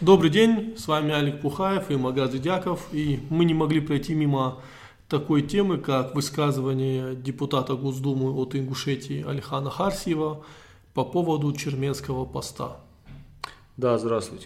Добрый день, с вами Алик Пухаев и Магаз Дяков, и мы не могли пройти мимо такой темы, как высказывание депутата Госдумы от Ингушетии Алихана Харсиева по поводу Черменского поста. Да, здравствуйте.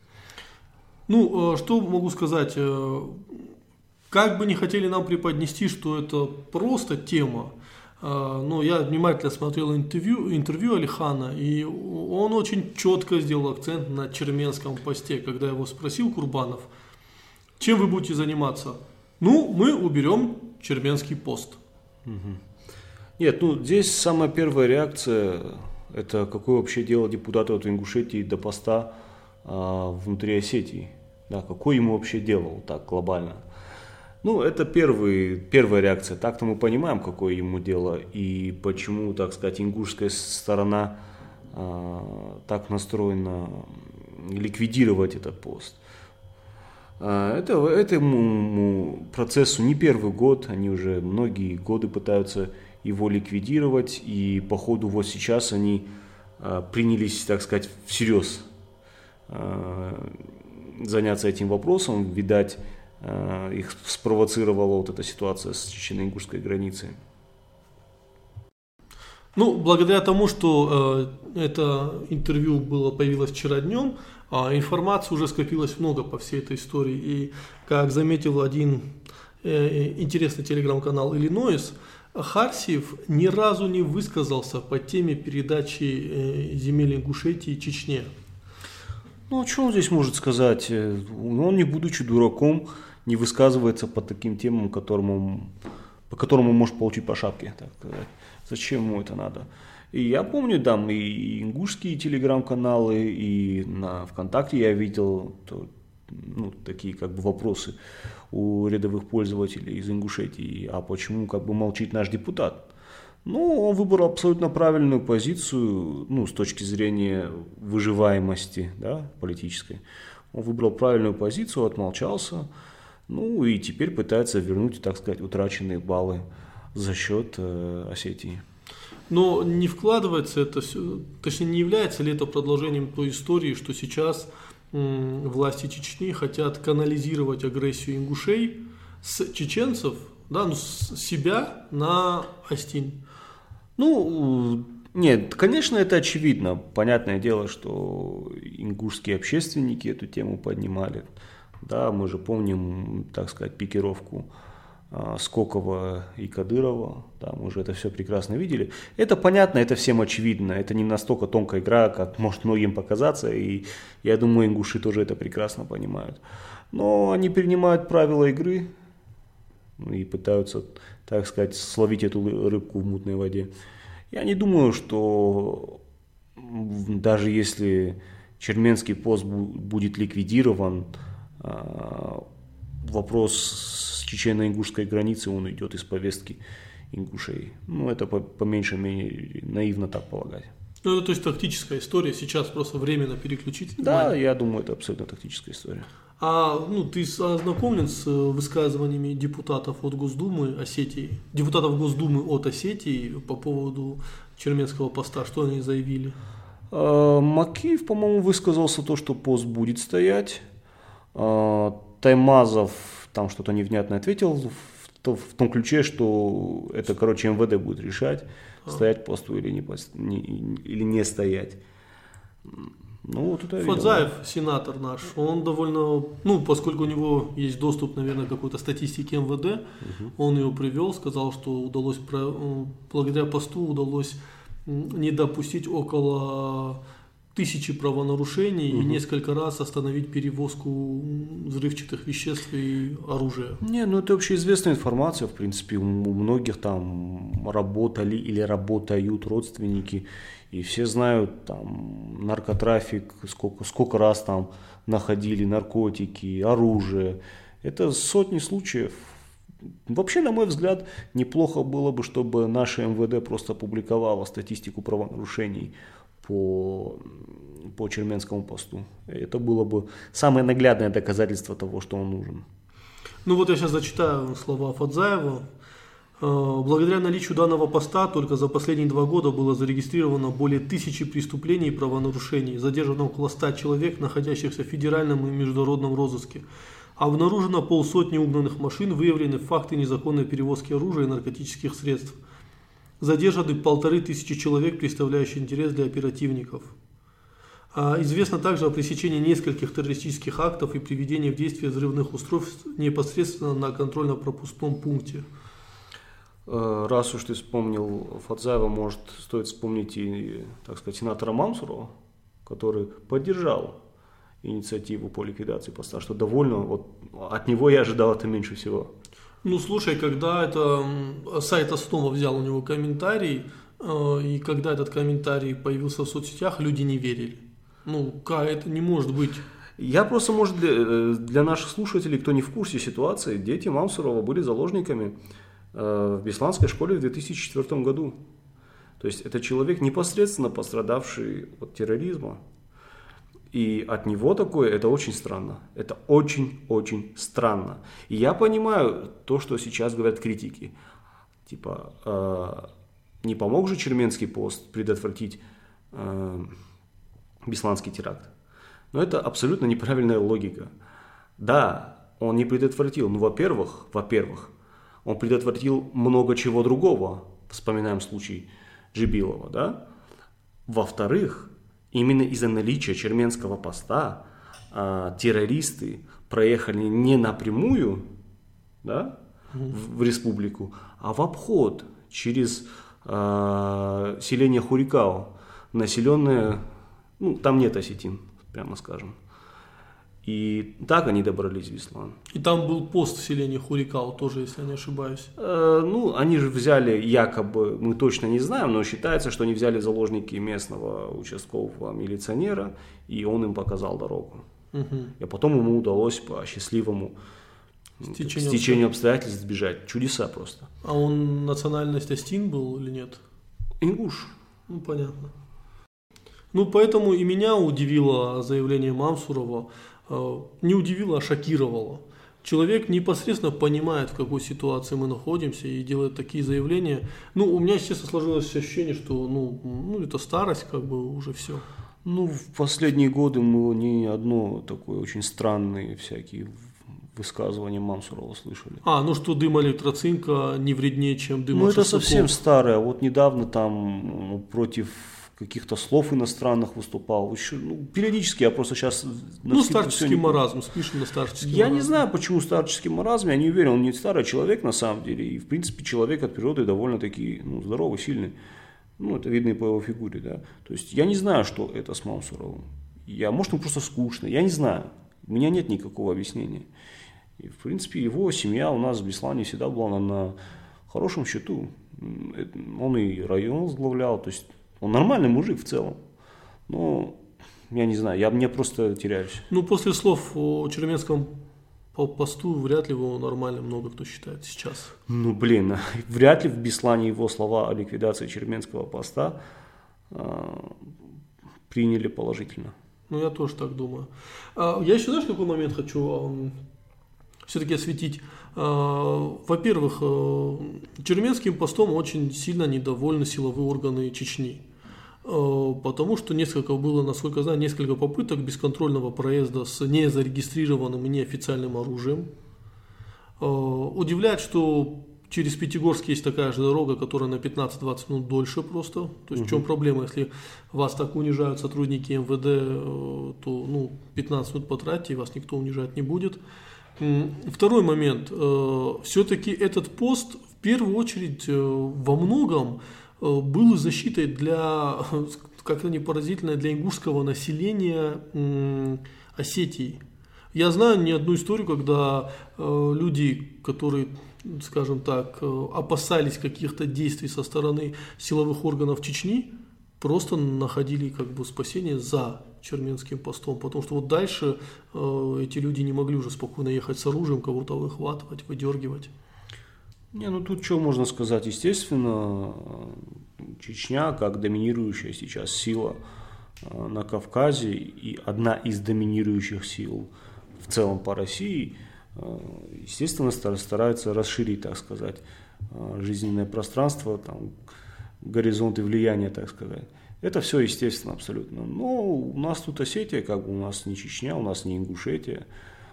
Что могу сказать, как бы не хотели нам преподнести, что это просто тема, но я внимательно смотрел интервью Алихана, и он очень четко сделал акцент на Черменском посте, когда его спросил Курбанов, чем вы будете заниматься? Мы уберем Черменский пост. Нет, здесь самая первая реакция, это какое вообще дело депутата от Ингушетии до поста внутри Осетии. Да, какое ему вообще дело вот так глобально. Это первая реакция. Так-то мы понимаем, какое ему дело и почему, так сказать, ингушская сторона так настроена ликвидировать этот пост. Этому процессу не первый год, они уже многие годы пытаются его ликвидировать, и по ходу вот сейчас они принялись, так сказать, всерьез заняться этим вопросом. Видать, их спровоцировала вот эта ситуация с чечено-ингушской границей. Благодаря тому, что это интервью появилось вчера днем, информации уже скопилось много по всей этой истории. И, как заметил один интересный телеграм-канал Иллинойс, Харсиев ни разу не высказался по теме передачи земель Ингушетии Чечне. Что он здесь может сказать? Он, не будучи дураком, не высказывается по таким темам, по которым он может получить по шапке, так сказать. Зачем ему это надо? И я помню, там и ингушские телеграм-каналы, и на ВКонтакте я видел такие вопросы у рядовых пользователей из Ингушетии. А почему молчит наш депутат? Он выбрал абсолютно правильную позицию, с точки зрения выживаемости, да, политической. Он выбрал правильную позицию, отмолчался, и теперь пытается вернуть, так сказать, утраченные баллы за счет Осетии. Но не вкладывается это, точнее, не является ли это продолжением той истории, что сейчас власти Чечни хотят канализировать агрессию ингушей с чеченцев, с себя на Астин? Нет, конечно, это очевидно. Понятное дело, что ингушские общественники эту тему поднимали. Да, мы же помним, так сказать, пикировку Скокова и Кадырова. Да, мы уже это все прекрасно видели. Это понятно, это всем очевидно. Это не настолько тонкая игра, как может многим показаться. И я думаю, ингуши тоже это прекрасно понимают. Но они принимают правила игры и пытаются, так сказать, словить эту рыбку в мутной воде. Я не думаю, что даже если Черменский пост будет ликвидирован, вопрос с чечено-ингушской границы, он идет из повестки ингушей. Это по меньшей мере наивно так полагать. Это то есть тактическая история, сейчас просто временно переключить внимание. Да, я думаю, это абсолютно тактическая история. Ты ознакомлен с высказываниями депутатов от Госдумы Осетии, депутатов Госдумы от Осетии по поводу Черменского поста? Что они заявили? Макеев, по-моему, высказался то, что пост будет стоять. Таймазов там что-то невнятно ответил в том ключе, что это, МВД будет решать, стоять посту или не стоять. Фадзаев, сенатор наш, он довольно, поскольку у него есть доступ, наверное, к какой-то статистике МВД, он ее привел, сказал, что благодаря посту удалось не допустить около 1000 правонарушений и несколько раз остановить перевозку взрывчатых веществ и оружия. Это общеизвестная информация, в принципе, у многих там работали или работают родственники, и все знают там наркотрафик, сколько раз там находили наркотики, оружие. Это сотни случаев. Вообще, на мой взгляд, неплохо было бы, чтобы наше МВД просто опубликовало статистику правонарушений по Черменскому посту. Это было бы самое наглядное доказательство того, что он нужен. Я сейчас зачитаю слова Фадзаева. Благодаря наличию данного поста только за последние 2 года было зарегистрировано более 1000 преступлений и правонарушений, задержано около 100 человек, находящихся в федеральном и международном розыске. Обнаружено 500 угнанных машин, выявлены факты незаконной перевозки оружия и наркотических средств. Задержаны 1500 человек, представляющие интерес для оперативников. Известно также о пресечении нескольких террористических актов и приведении в действие взрывных устройств непосредственно на контрольно-пропускном пункте. Раз уж ты вспомнил Фадзаева, может, стоит вспомнить и, так сказать, сенатора Мансурова, который поддержал инициативу по ликвидации поста, что довольно, вот от него я ожидал это меньше всего. Ну, слушай, когда это сайт Основа взял у него комментарий, и когда этот комментарий появился в соцсетях, люди не верили. Ну, это не может быть. Я просто, может, для наших слушателей, кто не в курсе ситуации, дети Мансурова были заложниками в Бесланской школе в 2004 году. То есть это человек, непосредственно пострадавший от терроризма. И от него такое, это очень странно. Это очень-очень странно. И я понимаю то, что сейчас говорят критики. Типа, не помог же Черменский пост предотвратить Бесланский теракт. Но это абсолютно неправильная логика. Да, он не предотвратил. Ну, во-первых, он предотвратил много чего другого. Вспоминаем случай Джибилова, да? Во-вторых, именно из-за наличия Черменского поста террористы проехали не напрямую, да, в республику, а в обход через селение Хурикао, населенное, ну, там нет осетин, прямо скажем. И так они добрались в Беслан. И там был пост в селении Хурикао тоже, если я не ошибаюсь. Ну, они же взяли, якобы, мы точно не знаем, но считается, что они взяли в заложники местного участкового милиционера, и он им показал дорогу. И потом ему удалось по счастливому стечению обстоятельств сбежать. Чудеса просто. А он национальность астин был или нет? Ингуш. Ну, понятно. Ну, поэтому и меня удивило заявление Мансурова. Не удивило, а шокировало. Человек непосредственно понимает, в какой ситуации мы находимся, и делает такие заявления. Ну, у меня, естественно, сложилось ощущение, что ну это старость, как бы уже все. Ну, в последние годы мы не одно такое очень странные всякие высказывания Мансурова слышали. Ну что дым электроцинка не вреднее, чем дым от это шашлыков. совсем старое. Вот недавно там против каких-то слов иностранных выступал. Еще, периодически я просто сейчас... Старческий маразм. Спишем на старческий маразм. Я не знаю, почему старческий маразм. Я не уверен, он не старый человек на самом деле. И, в принципе, человек от природы довольно-таки здоровый, сильный. Это видно и по его фигуре, да. То есть, я не знаю, что это с Мансуровым. Может, ему просто скучно. Я не знаю. У меня нет никакого объяснения. И, в принципе, его семья у нас в Беслане всегда была на хорошем счету. Он и район возглавлял, то есть... Он нормальный мужик в целом, но я не знаю, я просто теряюсь. После слов о Черменском посту вряд ли его нормально много кто считает сейчас. Вряд ли в Беслане его слова о ликвидации Черменского поста приняли положительно. Я тоже так думаю. Я еще, знаешь, какой момент хочу все-таки осветить. Во-первых, Черменским постом очень сильно недовольны силовые органы Чечни, потому что было, насколько я знаю, несколько попыток бесконтрольного проезда с незарегистрированным и неофициальным оружием. Удивляет, что через Пятигорск есть такая же дорога, которая на 15-20 минут дольше просто. То есть в чем проблема, если вас так унижают сотрудники МВД, то 15 минут потратите, и вас никто унижать не будет. Второй момент. Все-таки этот пост в первую очередь во многом был защитой для, как-то непоразительно, для ингушского населения Осетии. Я знаю не одну историю, когда люди, которые, скажем так, опасались каких-то действий со стороны силовых органов Чечни, просто находили спасение за Черменским постом, потому что дальше эти люди не могли уже спокойно ехать с оружием, кого-то выхватывать, выдергивать. Тут что можно сказать? Естественно, Чечня, как доминирующая сейчас сила на Кавказе и одна из доминирующих сил в целом по России, естественно, стараются расширить, так сказать, жизненное пространство, там, горизонты влияния, так сказать. Это все естественно абсолютно. Но у нас тут Осетия, как бы у нас не Чечня, у нас не Ингушетия.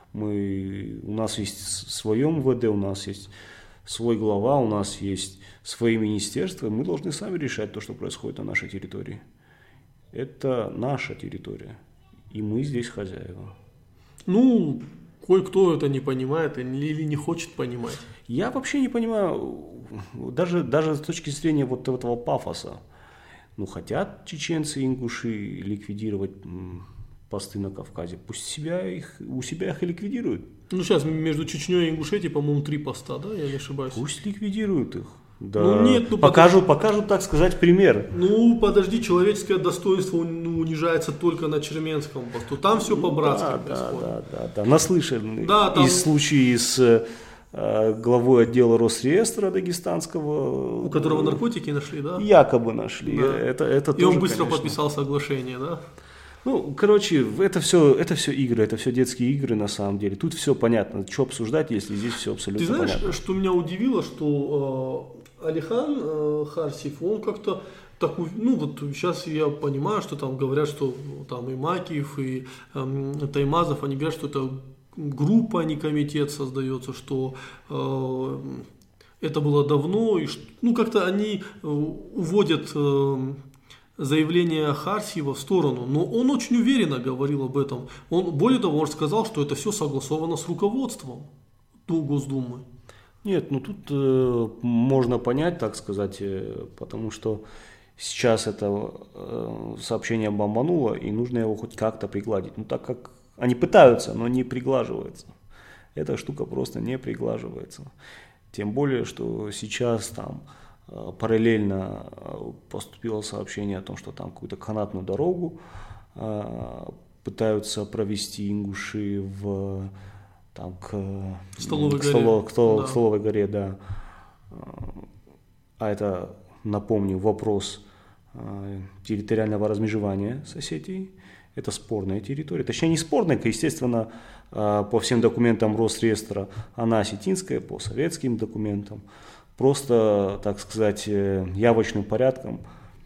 У нас есть свое МВД, у нас есть свой глава, у нас есть свои министерства. Мы должны сами решать то, что происходит на нашей территории. Это наша территория, и мы здесь хозяева. Ну, кое-кто это не понимает или не хочет понимать. Я вообще не понимаю, даже с точки зрения вот этого пафоса. Ну, хотят чеченцы и ингуши ликвидировать посты на Кавказе, пусть у себя их и ликвидируют. Ну, сейчас между Чечней и Ингушетией, по-моему, 3 поста, да, я не ошибаюсь? Пусть ликвидируют их. Да. Ну, нет, покажут, так сказать, пример. Ну, подожди, человеческое достоинство унижается только на Черменском посту. Там все по-братски происходит. Да. Наслышан. Да, там... Из случая с главой отдела Росреестра дагестанского. У которого наркотики нашли, да? Якобы нашли. Да. Это и тоже, он быстро конечно, подписал соглашение, да? Ну, короче, это все игры, это все детские игры на самом деле. Тут все понятно. Что обсуждать, если здесь все абсолютно понятно. Ты знаешь, что меня удивило, что Алихан Харсиев, он как-то такой, ну вот сейчас я понимаю, что там говорят, что там и Макиев, и Таймазов, они говорят, что это группа, а не комитет создается, что это было давно, и ну как-то они уводят заявление Харсиева в сторону, но он очень уверенно говорил об этом. Более того, он сказал, что это все согласовано с руководством Госдумы. Нет, ну тут можно понять, так сказать, потому что сейчас это сообщение бомбануло, и нужно его хоть как-то пригладить. Ну так как они пытаются, но не приглаживается. Эта штука просто не приглаживается. Тем более, что сейчас там параллельно поступило сообщение о том, что там какую-то канатную дорогу пытаются провести ингуши к Столовой горе, да. А это, напомню, вопрос территориального размежевания с Осетией. Это спорная территория. Точнее, не спорная, естественно, по всем документам Росреестра она осетинская, по советским документам. Просто, так сказать, явочным порядком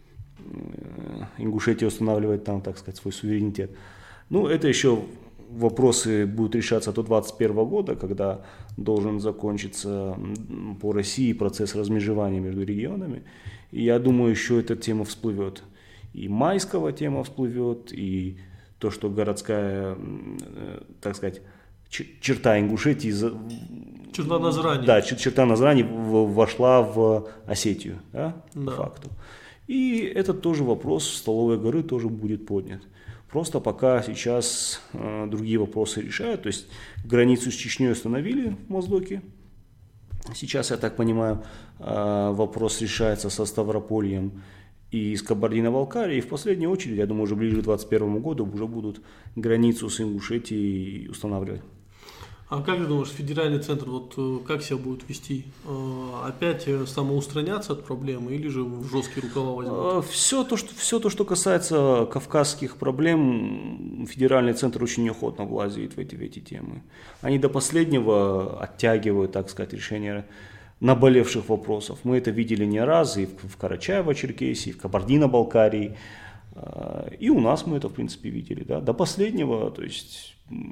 Ингушетия устанавливает там, так сказать, свой суверенитет. Ну, это еще вопросы будут решаться до 2021 года, когда должен закончиться по России процесс размежевания между регионами. И я думаю, еще эта тема всплывет. И майского тема всплывет, и то, что городская, так сказать, черта Ингушетии, черта Назрани. Да, черта Назрани вошла в Осетию, да, по факту. И этот тоже вопрос Столовой горы тоже будет поднят. Просто пока сейчас другие вопросы решают, то есть границу с Чечней установили в Моздоке. Сейчас, я так понимаю, вопрос решается со Ставропольем и с Кабардино-Балкарией. И в последнюю очередь, я думаю, уже ближе к 2021 году уже будут границу с Ингушетией устанавливать. А как ты думаешь, федеральный центр вот как себя будет вести? Опять самоустраняться от проблемы или же в жесткие рукава возьмут? Все то, что касается кавказских проблем, федеральный центр очень неохотно влазит в эти темы. Они до последнего оттягивают, так сказать, решение наболевших вопросов. Мы это видели не раз и в Карачаево-Черкесии, и в Кабардино-Балкарии. И у нас мы это, в принципе, видели. Да? До последнего, то есть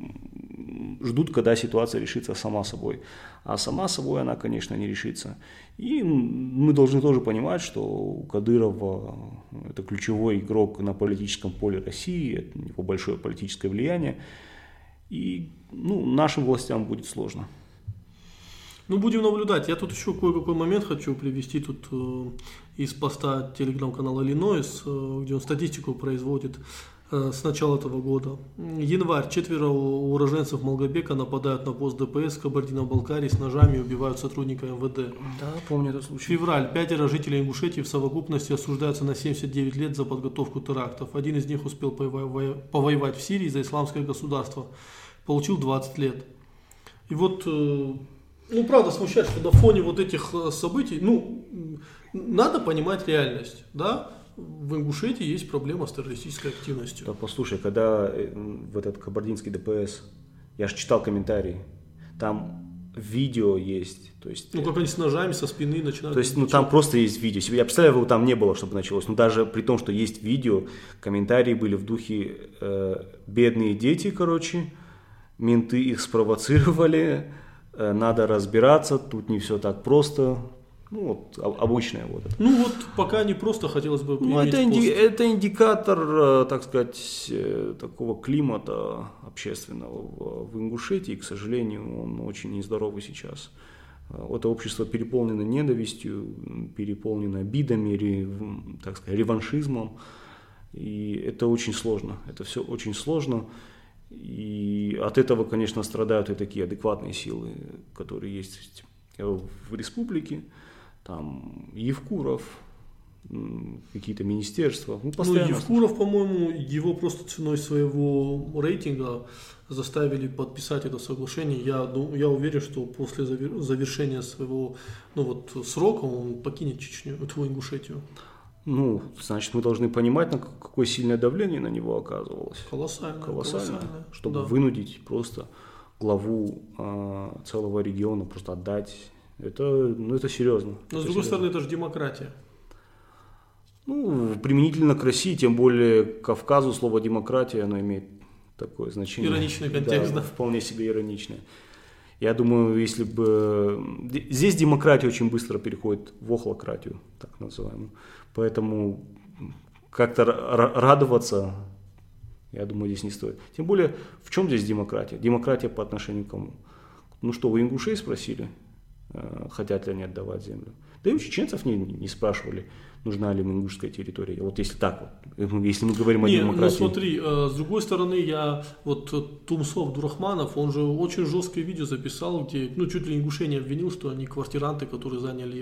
ждут, когда ситуация решится сама собой. А сама собой она, конечно, не решится. И мы должны тоже понимать, что Кадыров – это ключевой игрок на политическом поле России, это у него большое политическое влияние. И нашим властям будет сложно. Ну, будем наблюдать. Я тут еще кое-какой момент хочу привести тут из поста телеграм-канала Иллинойс, где он статистику производит с начала этого года. Январь. 4 уроженцев Малгобека нападают на пост ДПС в Кабардино-Балкарии с ножами и убивают сотрудника МВД. Да, помню этот случай. Февраль. 5 жителей Ингушетии в совокупности осуждаются на 79 лет за подготовку терактов. Один из них успел повоевать в Сирии за исламское государство. Получил 20 лет. И вот... правда смущает, что на фоне вот этих событий, надо понимать реальность, да, в Ингушетии есть проблема с террористической активностью. Да, послушай, когда в этот кабардинский ДПС, я же читал комментарии, там видео есть. То есть, ну, как они с ножами со спины начинают. То есть, ну, там просто есть видео. Я представляю, его там не было, чтобы началось. Но даже при том, что есть видео, комментарии были в духе «бедные дети, короче, менты их спровоцировали, надо разбираться, тут не все так просто». Ну, вот обычное вот это. Ну, вот пока не просто хотелось бы ну, это индикатор, так сказать, такого климата общественного в Ингушетии. К сожалению, он очень нездоровый сейчас. Это общество переполнено ненавистью, переполнено обидами, так сказать, реваншизмом. И это очень сложно. Это все очень сложно. И от этого, конечно, страдают и такие адекватные силы, которые есть в республике. Там Евкуров, какие-то министерства. Ну, Евкуров, по-моему, его просто ценой своего рейтинга заставили подписать это соглашение. Я уверен, что после завершения своего срока он покинет Чечню, Ингушетию. Ну, значит, мы должны понимать, какое сильное давление на него оказывалось. Колоссальное. Чтобы вынудить просто главу целого региона просто отдать. Это серьезно. Но с другой стороны, это же демократия. Ну, применительно к России, тем более к Кавказу, слово демократия, оно имеет такое значение. Ироничный контекст, да. Вполне себе ироничное. Я думаю, если бы... Здесь демократия очень быстро переходит в охлократию, так называемую. Поэтому как-то радоваться, я думаю, здесь не стоит. Тем более, в чем здесь демократия? Демократия по отношению к кому? Ну что, вы ингушей спросили, хотят ли они отдавать землю? Да и у чеченцев не спрашивали, нужна ли им ингушская территория. Вот если так вот, если мы говорим о демократии. Ну смотри, с другой стороны, Тумсов Дурахманов, он же очень жесткое видео записал, где чуть ли ингушей не обвинил, что они квартиранты, которые заняли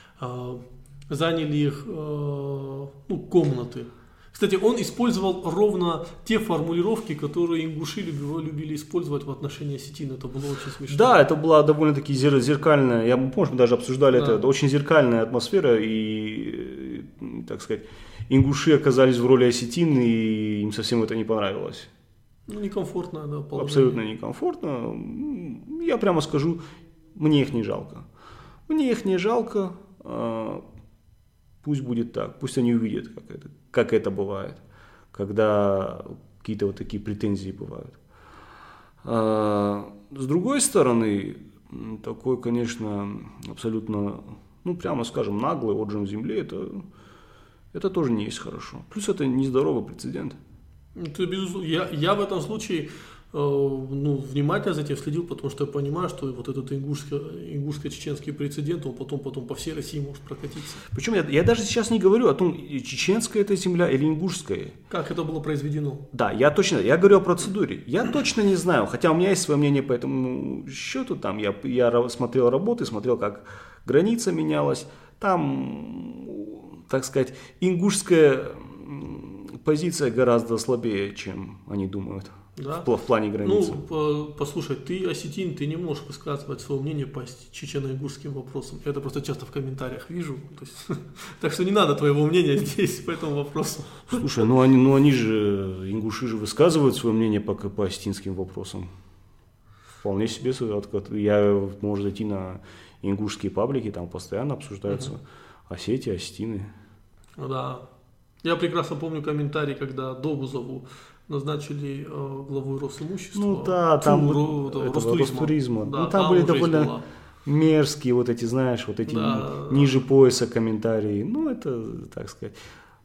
их комнаты. Кстати, он использовал ровно те формулировки, которые ингуши любили использовать в отношении осетин. Это было очень смешно. Да, это была довольно-таки зеркальная, я помню, мы даже обсуждали это, очень зеркальная атмосфера, и, так сказать, ингуши оказались в роли осетин, и им совсем это не понравилось. Некомфортно, да, положение. Абсолютно некомфортно. Я прямо скажу, мне их не жалко. Мне их не жалко. Пусть будет так, пусть они увидят, как это бывает, когда какие-то вот такие претензии бывают. С другой стороны, такой, конечно, абсолютно, прямо скажем, наглый отжим земли, это тоже не есть хорошо. Плюс это нездоровый прецедент. Это безусловно. Я в этом случае внимательно за этим следил, потому что я понимаю, что вот этот ингушско-чеченский прецедент, он потом по всей России может прокатиться. Причем я даже сейчас не говорю о том, чеченская это земля или ингушская. Как это было произведено? Да, я говорю о процедуре. Я точно не знаю, хотя у меня есть свое мнение по этому счету. Там я смотрел работы, смотрел, как граница менялась. Там, так сказать, ингушская позиция гораздо слабее, чем они думают. Да? В плане границы. Послушай, ты осетин, ты не можешь высказывать свое мнение по чечено-ингушским вопросам. Я это просто часто в комментариях вижу. Так что не надо твоего мнения здесь по этому вопросу. Слушай, они же, ингуши же высказывают свое мнение по осетинским вопросам. Вполне себе. Можно зайти на ингушские паблики, там постоянно обсуждаются Осетия, осетины. Да. Я прекрасно помню комментарий, когда Добузову назначили главой Росимущества. Там Ростуризма. Да, там были довольно мерзкие вот эти, знаешь, вот эти ниже пояса комментарии. Это, так сказать,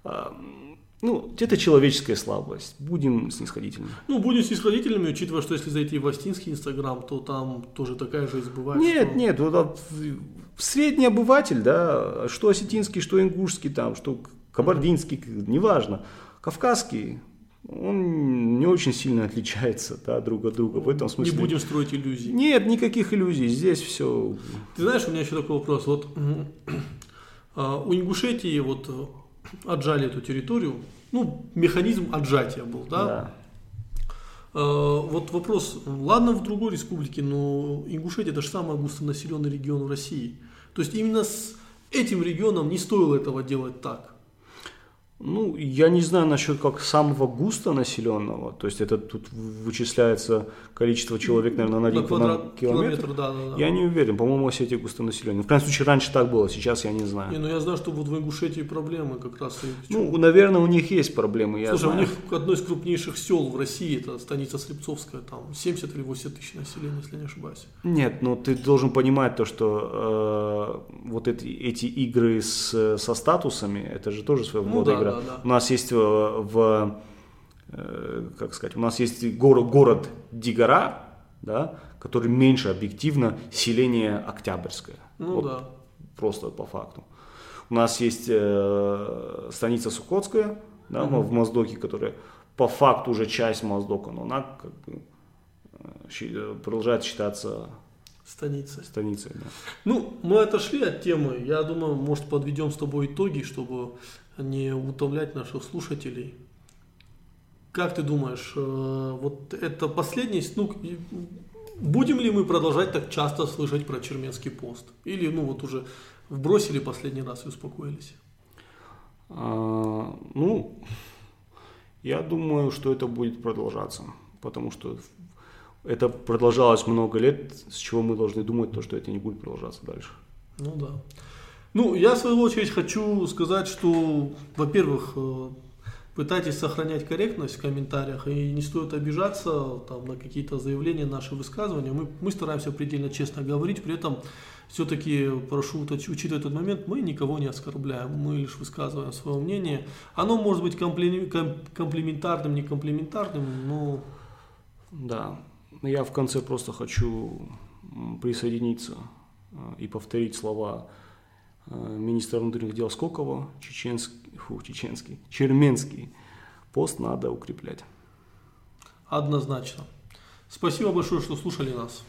это человеческая слабость. Будем снисходительными. Будем снисходительными, учитывая, что если зайти в Остинский Инстаграм, то там тоже такая жизнь бывает. Нет, средний обыватель, да, что осетинский, что ингушский, там, что кабардинский, неважно, кавказский, он не очень сильно отличается, да, друг от друга в этом смысле. Не будем строить иллюзий. Нет, никаких иллюзий, здесь все. Ты знаешь, у меня еще такой вопрос. Вот у Ингушетии отжали эту территорию, механизм отжатия был, да? Да. Вот вопрос, ладно в другой республике, но Ингушетия это же самый густонаселенный регион в России. То есть именно с этим регионом не стоило этого делать так. Ну, я не знаю насчет как самого густонаселенного, то есть это тут вычисляется количество человек, наверное, на километр. Да. Я не уверен, по-моему, Осетия густонаселенная. В крайнем случае, раньше так было, сейчас я не знаю. Не, ну я знаю, что вот в Ингушетии проблемы как раз. Ну, наверное, у них есть проблемы, я Слушай, знаю. у них одно из крупнейших сел в России, это станица Слепцовская, там 70 или 80 тысяч населения, если не ошибаюсь. Нет, ну ты должен понимать то, что вот эти игры со статусами, это же тоже своего рода игра. Да. У нас есть как сказать, у нас есть город Дигара, да, который меньше объективно селение Октябрьское. Ну вот да. Просто по факту. У нас есть станица Сукотская, да, в Моздоке, которая по факту уже часть Моздока, но она как бы продолжает считаться станицей. Да. Ну, мы отошли от темы. Я думаю, может, подведем с тобой итоги, чтобы не утомлять наших слушателей. Как ты думаешь, вот это последний, ну, будем ли мы продолжать так часто слышать про Черменский пост? Или, ну, вот уже вбросили последний раз и успокоились? Ну, я думаю, что это будет продолжаться, потому что это продолжалось много лет, с чего мы должны думать, то, что это не будет продолжаться дальше. Ну да. Ну, я в свою очередь хочу сказать, что, во-первых, пытайтесь сохранять корректность в комментариях и не стоит обижаться там, на какие-то заявления, наши высказывания. Мы стараемся предельно честно говорить, при этом все-таки, прошу учитывать этот момент, мы никого не оскорбляем, мы лишь высказываем свое мнение. Оно может быть комплементарным, не комплементарным, но... Да, я в конце просто хочу присоединиться и повторить слова министра внутренних дел Скокова: Черменский пост надо укреплять. Однозначно. Спасибо большое, что слушали нас.